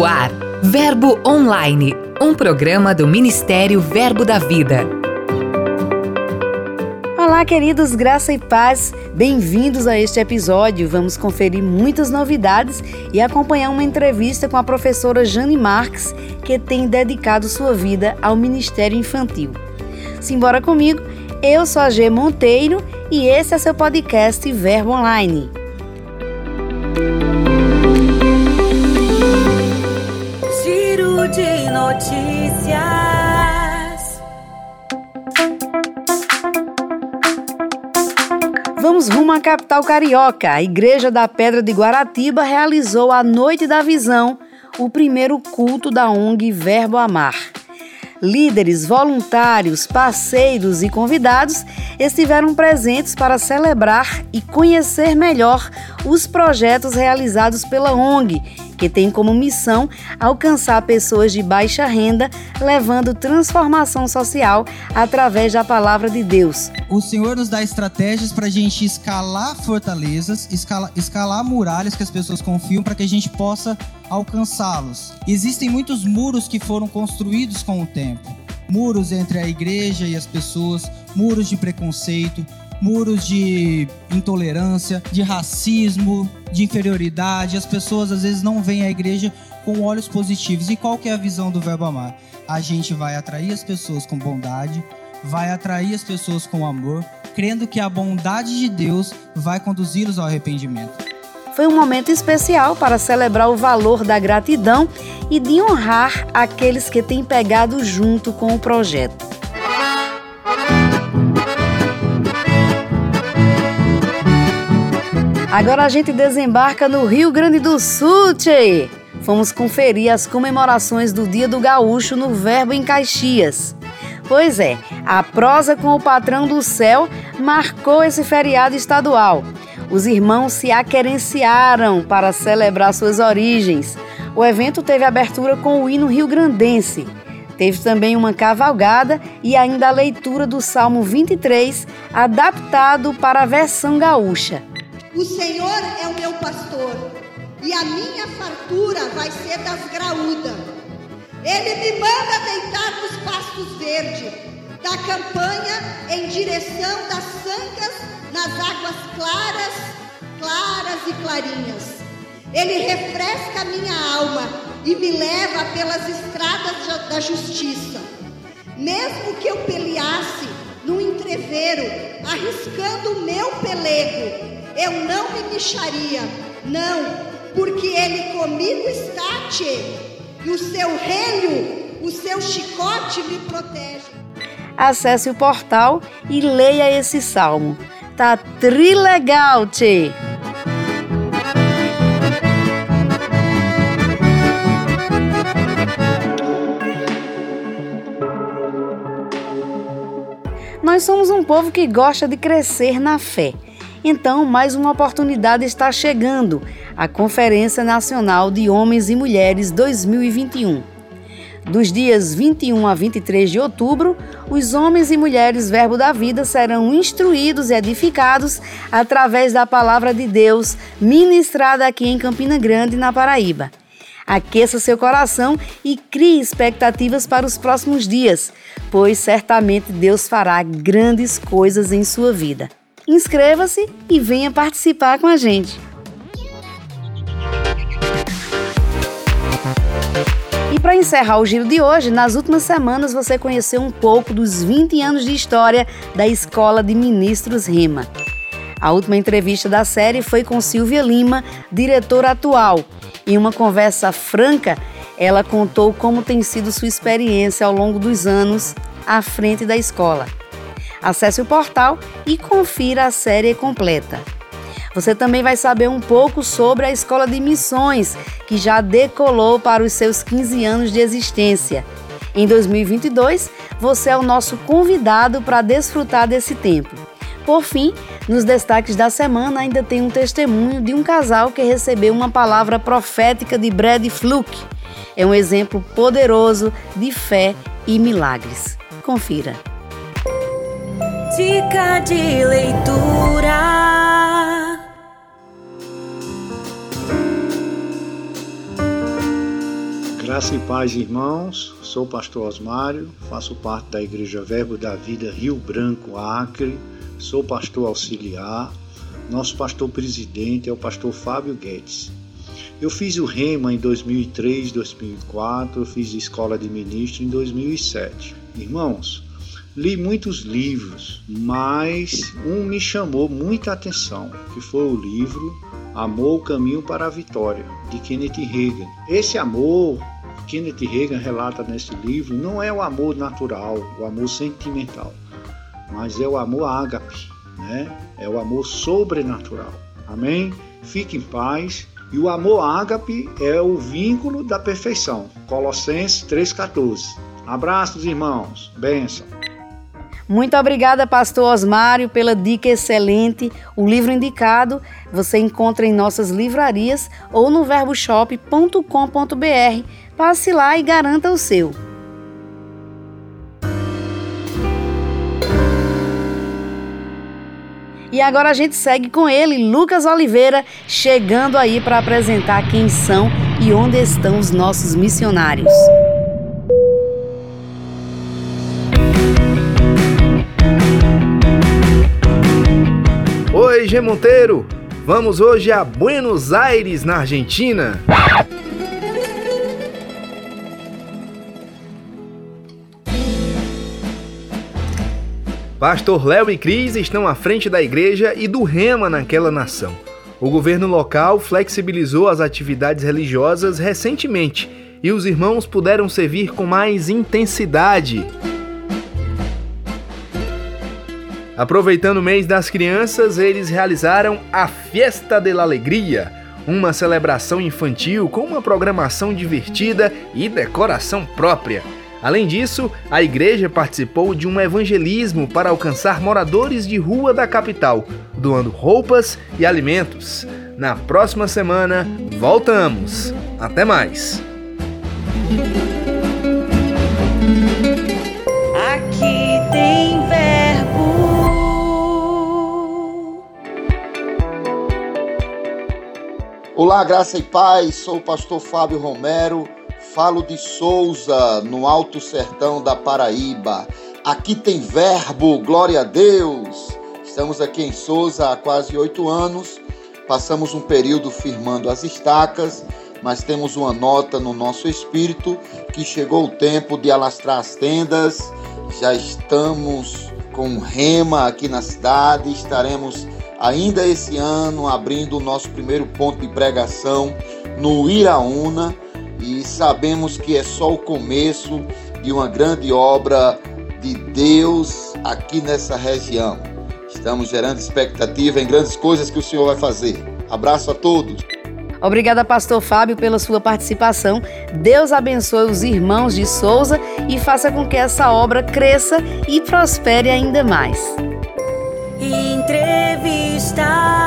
No ar, Verbo Online, um programa do Ministério Verbo da Vida. Olá, queridos, graça e paz, bem-vindos a este episódio. Vamos conferir muitas novidades e acompanhar uma entrevista com a professora Jane Marques, que tem dedicado sua vida ao Ministério Infantil. Simbora comigo, eu sou a G Monteiro e esse é seu podcast Verbo Online. Giro de notícias. Vamos rumo à capital carioca. A Igreja da Pedra de Guaratiba realizou a Noite da Visão, o primeiro culto da ONG Verbo Amar. Líderes, voluntários, parceiros e convidados estiveram presentes para celebrar e conhecer melhor os projetos realizados pela ONG, que tem como missão alcançar pessoas de baixa renda, levando transformação social através da palavra de Deus. O Senhor nos dá estratégias para a gente escalar fortalezas, escalar muralhas que as pessoas confiam para que a gente possa alcançá-los. Existem muitos muros que foram construídos com o tempo. Muros entre a igreja e as pessoas, muros de preconceito, muros de intolerância, de racismo, de inferioridade. As pessoas às vezes não veem a igreja com olhos positivos. E qual que é a visão do Verbo Amar? A gente vai atrair as pessoas com bondade, vai atrair as pessoas com amor, crendo que a bondade de Deus vai conduzi-los ao arrependimento. Foi um momento especial para celebrar o valor da gratidão e de honrar aqueles que têm pegado junto com o projeto. Agora a gente desembarca no Rio Grande do Sul, tchê! Fomos conferir as comemorações do Dia do Gaúcho no Verbo em Caxias. Pois é, a prosa com o patrão do céu marcou esse feriado estadual. Os irmãos se aquerenciaram para celebrar suas origens. O evento teve abertura com o hino rio-grandense. Teve também uma cavalgada e ainda a leitura do Salmo 23, adaptado para a versão gaúcha. O Senhor é o meu pastor, e a minha fartura vai ser das graúdas. Ele me manda deitar nos pastos verdes, da campanha em direção das sangas, nas águas claras e clarinhas. Ele refresca a minha alma e me leva pelas estradas da justiça. Mesmo que eu peleasse no entrevero, arriscando o meu pelego, eu não me mexaria, não, porque Ele comigo está, tchê, e o seu relho, o seu chicote me protege. Acesse o portal e leia esse salmo. Tá trilegal, tchê! Nós somos um povo que gosta de crescer na fé. Então, mais uma oportunidade está chegando, a Conferência Nacional de Homens e Mulheres 2021. Dos dias 21 a 23 de outubro, os homens e mulheres Verbo da Vida serão instruídos e edificados através da Palavra de Deus ministrada aqui em Campina Grande, na Paraíba. Aqueça seu coração e crie expectativas para os próximos dias, pois certamente Deus fará grandes coisas em sua vida. Inscreva-se e venha participar com a gente. E para encerrar o giro de hoje, nas últimas semanas você conheceu um pouco dos 20 anos de história da Escola de Ministros Rema. A última entrevista da série foi com Silvia Lima, diretora atual. Em uma conversa franca, ela contou como tem sido sua experiência ao longo dos anos à frente da escola. Acesse o portal e confira a série completa. Você também vai saber um pouco sobre a Escola de Missões, que já decolou para os seus 15 anos de existência. Em 2022, você é o nosso convidado para desfrutar desse tempo. Por fim, nos destaques da semana ainda tem um testemunho de um casal que recebeu uma palavra profética de Brad Fluke. É um exemplo poderoso de fé e milagres. Confira. Dica de leitura. Graça e paz, irmãos. Sou o pastor Osmário, faço parte da Igreja Verbo da Vida Rio Branco, Acre. Sou pastor auxiliar. Nosso pastor presidente é o pastor Fábio Guedes. Eu fiz o Rema em 2003, 2004, eu fiz a Escola de Ministro em 2007. Irmãos, li muitos livros, mas um me chamou muita atenção, que foi o livro Amor, o Caminho para a Vitória, de Kenneth Hagin. Esse amor, Kenneth Hagin relata nesse livro, não é o amor natural, o amor sentimental, mas é o amor ágape, né? É o amor sobrenatural. Amém? Fique em paz. E o amor ágape é o vínculo da perfeição. Colossenses 3,14. Abraços, irmãos. Bênção. Muito obrigada, pastor Osmário, pela dica excelente. O livro indicado você encontra em nossas livrarias ou no verboshop.com.br. Passe lá e garanta o seu. E agora a gente segue com ele, Lucas Oliveira, chegando aí para apresentar quem são e onde estão os nossos missionários. Oi, G. Monteiro! Vamos hoje a Buenos Aires, na Argentina. Pastor Léo e Cris estão à frente da igreja e do Rema naquela nação. O governo local flexibilizou as atividades religiosas recentemente e os irmãos puderam servir com mais intensidade. Aproveitando o mês das crianças, eles realizaram a Fiesta de la Alegria, uma celebração infantil com uma programação divertida e decoração própria. Além disso, a igreja participou de um evangelismo para alcançar moradores de rua da capital, doando roupas e alimentos. Na próxima semana, voltamos. Até mais! Aqui tem verbo. Olá, graça e paz, sou o pastor Fábio Romero, falo de Souza, no Alto Sertão da Paraíba. Aqui tem verbo, glória a Deus! Estamos aqui em Souza há quase 8 anos, passamos um período firmando as estacas, mas temos uma nota no nosso espírito que chegou o tempo de alastrar as tendas. Já estamos com Rema aqui na cidade, estaremos ainda esse ano abrindo o nosso primeiro ponto de pregação no Iraúna e sabemos que é só o começo de uma grande obra de Deus aqui nessa região. Estamos gerando expectativa em grandes coisas que o Senhor vai fazer. Abraço a todos. Obrigada, pastor Fábio, pela sua participação. Deus abençoe os irmãos de Souza e faça com que essa obra cresça e prospere ainda mais. Entrevista.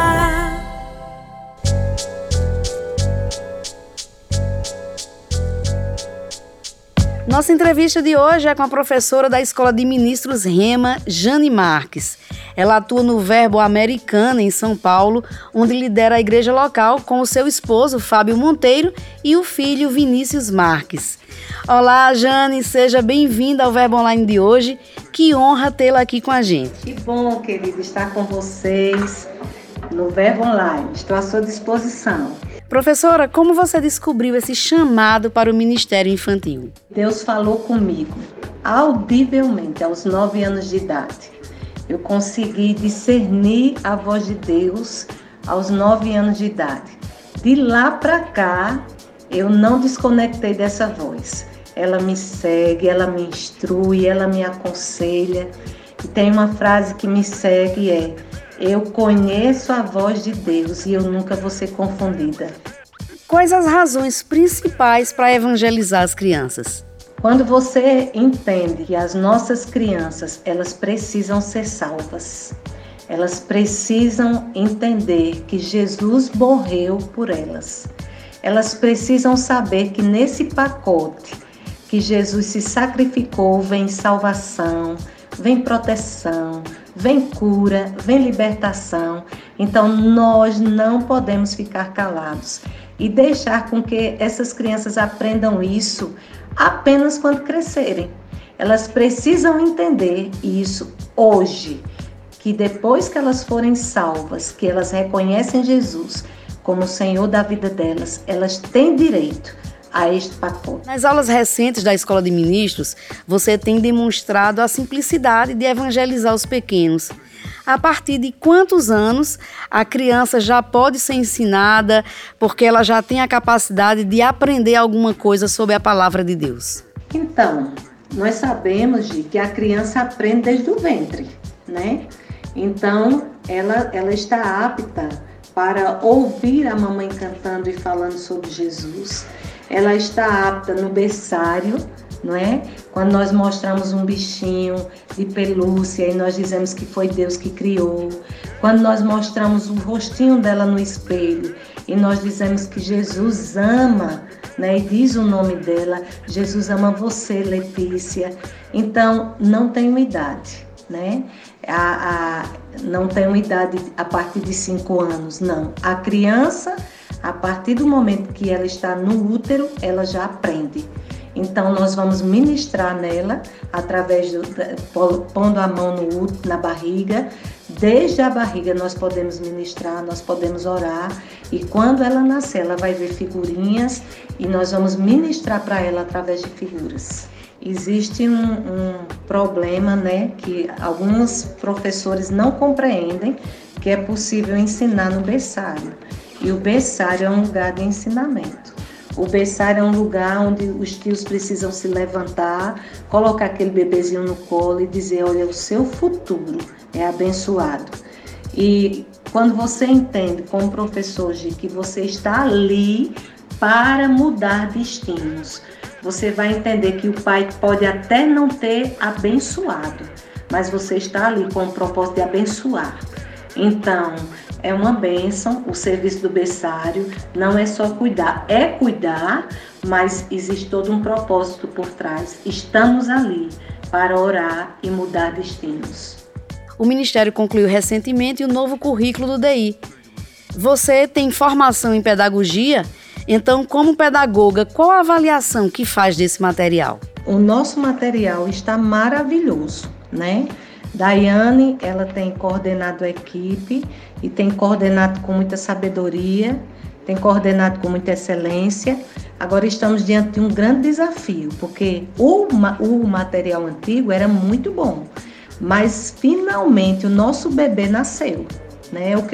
Nossa entrevista de hoje é com a professora da Escola de Ministros Rema, Jane Marques. Ela atua no Verbo Americana, em São Paulo, onde lidera a igreja local com o seu esposo, Fábio Monteiro, e o filho, Vinícius Marques. Olá, Jane, seja bem-vinda ao Verbo Online de hoje. Que honra tê-la aqui com a gente. Que bom, querido, estar com vocês no Verbo Online. Estou à sua disposição. Professora, como você descobriu esse chamado para o Ministério Infantil? Deus falou comigo audivelmente aos 9 anos de idade. Eu consegui discernir a voz de Deus aos 9 anos de idade. De lá para cá, eu não desconectei dessa voz. Ela me segue, ela me instrui, ela me aconselha. E tem uma frase que me segue, eu conheço a voz de Deus e eu nunca vou ser confundida. Quais as razões principais para evangelizar as crianças? Quando você entende que as nossas crianças, elas precisam ser salvas. Elas precisam entender que Jesus morreu por elas. Elas precisam saber que nesse pacote que Jesus se sacrificou, vem salvação, vem proteção, vem cura, vem libertação. Então nós não podemos ficar calados. e deixar com que essas crianças aprendam isso apenas quando crescerem. Elas precisam entender isso hoje, que depois que elas forem salvas, que elas reconhecem Jesus como o Senhor da vida delas, elas têm direito a este pacote. Nas aulas recentes da Escola de Ministros, você tem demonstrado a simplicidade de evangelizar os pequenos. A partir de quantos anos a criança já pode ser ensinada, porque ela já tem a capacidade de aprender alguma coisa sobre a palavra de Deus? Então, nós sabemos que a criança aprende desde o ventre, né? Então, ela está apta para ouvir a mamãe cantando e falando sobre Jesus. Ela está apta no berçário, não é? Quando nós mostramos um bichinho de pelúcia e nós dizemos que foi Deus que criou. Quando nós mostramos o rostinho dela no espelho e nós dizemos que Jesus ama, né? E diz o nome dela, Jesus ama você, Letícia. Então, não tem uma idade, né? Não tem uma idade a partir de 5 anos, não. A criança, a partir do momento que ela está no útero, ela já aprende. Então, nós vamos ministrar nela, através pondo a mão na barriga. Desde a barriga nós podemos ministrar, nós podemos orar. E quando ela nascer, ela vai ver figurinhas e nós vamos ministrar para ela através de figuras. Existe um problema, né, que alguns professores não compreendem, que é possível ensinar no berçário. E o berçário é um lugar de ensinamento. O berçário é um lugar onde os tios precisam se levantar, colocar aquele bebezinho no colo e dizer, olha, o seu futuro é abençoado. E quando você entende como professor que você está ali para mudar destinos, você vai entender que o pai pode até não ter abençoado, mas você está ali com o propósito de abençoar. Então, é uma bênção o serviço do berçário, não é só cuidar, é cuidar, mas existe todo um propósito por trás. Estamos ali para orar e mudar destinos. O Ministério concluiu recentemente o novo currículo do DI. Você tem formação em pedagogia? Então, como pedagoga, qual a avaliação que faz desse material? O nosso material está maravilhoso, né? Daiane, ela tem coordenado a equipe e tem coordenado com muita sabedoria, tem coordenado com muita excelência. Agora estamos diante de um grande desafio, porque o material antigo era muito bom, mas finalmente o nosso bebê nasceu, né? O que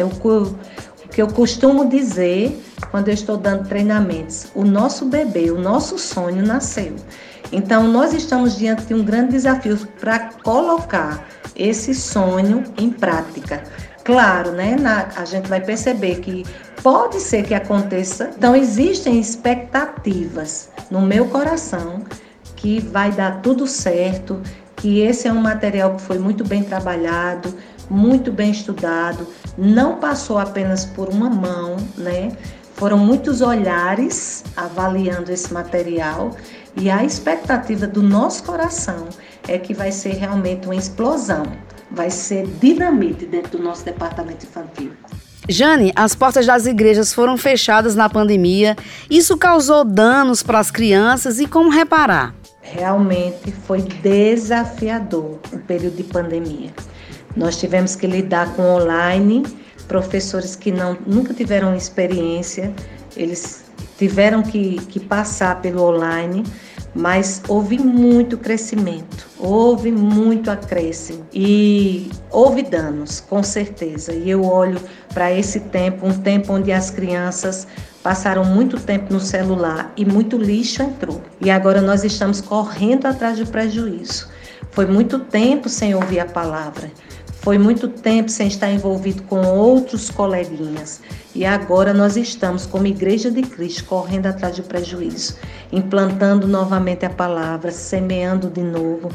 eu costumo dizer quando eu estou dando treinamentos, o nosso bebê, o nosso sonho nasceu. Então, nós estamos diante de um grande desafio para colocar esse sonho em prática. Claro, né? A gente vai perceber que pode ser que aconteça. Então, existem expectativas no meu coração que vai dar tudo certo, que esse é um material que foi muito bem trabalhado, muito bem estudado, não passou apenas por uma mão, né? Foram muitos olhares avaliando esse material e a expectativa do nosso coração é que vai ser realmente uma explosão, vai ser dinamite dentro do nosso departamento infantil. Jane, as portas das igrejas foram fechadas na pandemia. Isso causou danos para as crianças e como reparar? Realmente foi desafiador o período de pandemia. Nós tivemos que lidar com online, professores que nunca tiveram experiência, eles tiveram que passar pelo online, mas houve muito crescimento, houve muito acréscimo e houve danos, com certeza. E eu olho para esse tempo, um tempo onde as crianças passaram muito tempo no celular e muito lixo entrou. E agora nós estamos correndo atrás do prejuízo. Foi muito tempo sem ouvir a palavra. Foi muito tempo sem estar envolvido com outros coleguinhas. E agora nós estamos, como Igreja de Cristo, correndo atrás do prejuízo, implantando novamente a palavra, semeando de novo,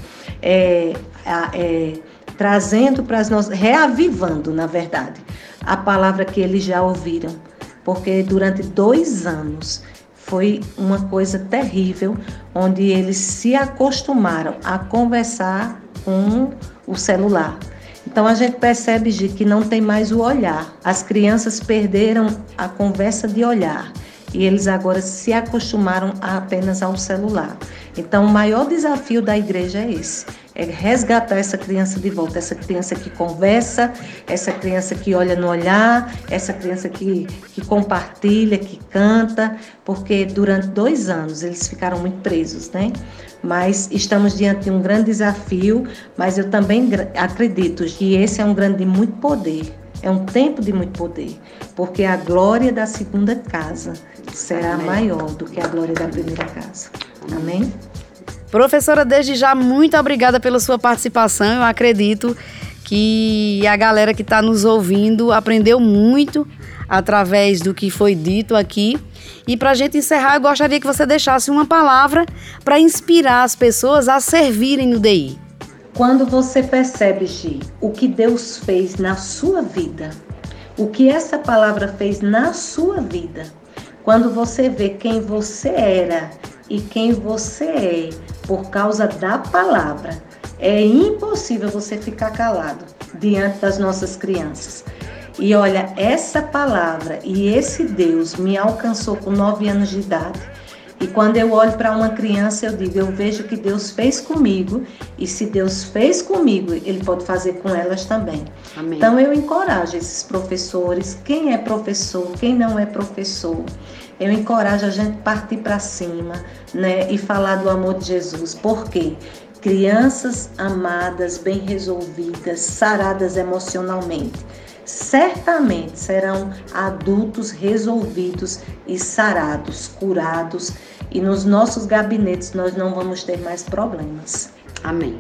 trazendo para as nossas, reavivando, na verdade, a palavra que eles já ouviram. Porque durante 2 anos foi uma coisa terrível, onde eles se acostumaram a conversar com o celular. Então a gente percebe, Gi, que não tem mais o olhar. As crianças perderam a conversa de olhar. e eles agora se acostumaram apenas ao celular. Então, o maior desafio da igreja é esse, é resgatar essa criança de volta, essa criança que conversa, essa criança que olha no olhar, essa criança que compartilha, que canta, porque durante 2 anos eles ficaram muito presos, né? Mas estamos diante de um grande desafio, mas eu também acredito que esse é um grande de muito poder, é um tempo de muito poder, porque a glória da segunda casa será maior do que a glória da primeira casa. Amém? Professora, desde já, muito obrigada pela sua participação. Eu acredito que a galera que está nos ouvindo aprendeu muito através do que foi dito aqui. E para a gente encerrar, eu gostaria que você deixasse uma palavra para inspirar as pessoas a servirem no DI. Quando você percebe, Gi, o que Deus fez na sua vida, o que essa palavra fez na sua vida, quando você vê quem você era e quem você é por causa da palavra, é impossível você ficar calado diante das nossas crianças. E olha, essa palavra e esse Deus me alcançou com 9 anos de idade. E quando eu olho para uma criança, eu digo, eu vejo o que Deus fez comigo, e se Deus fez comigo, Ele pode fazer com elas também. Amém. Então eu encorajo esses professores, quem é professor, quem não é professor, eu encorajo a gente partir para cima, né, e falar do amor de Jesus. Por quê? Crianças amadas, bem resolvidas, saradas emocionalmente, certamente serão adultos resolvidos e sarados, curados, e nos nossos gabinetes nós não vamos ter mais problemas. Amém.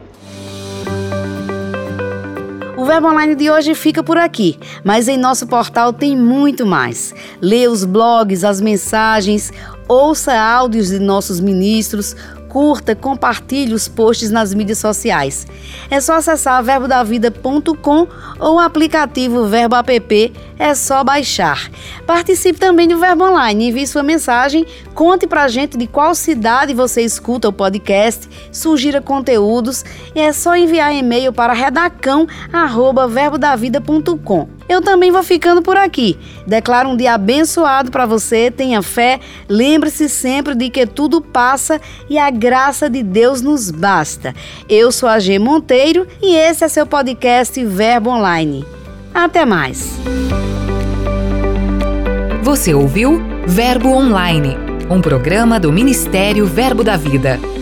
O Verbo Online de hoje fica por aqui, mas em nosso portal tem muito mais. Lê os blogs, as mensagens, ouça áudios de nossos ministros, curta, compartilhe os posts nas mídias sociais. É só acessar verbodavida.com ou o aplicativo Verbo App, é só baixar. Participe também do Verbo Online, envie sua mensagem, conte pra gente de qual cidade você escuta o podcast, sugira conteúdos, e é só enviar e-mail para redacão@verbodavida.com. Eu também vou ficando por aqui. Declaro um dia abençoado para você, tenha fé, lembre-se sempre de que tudo passa e a graça de Deus nos basta. Eu sou a G Monteiro e esse é seu podcast Verbo Online. Até mais. Você ouviu Verbo Online, um programa do Ministério Verbo da Vida.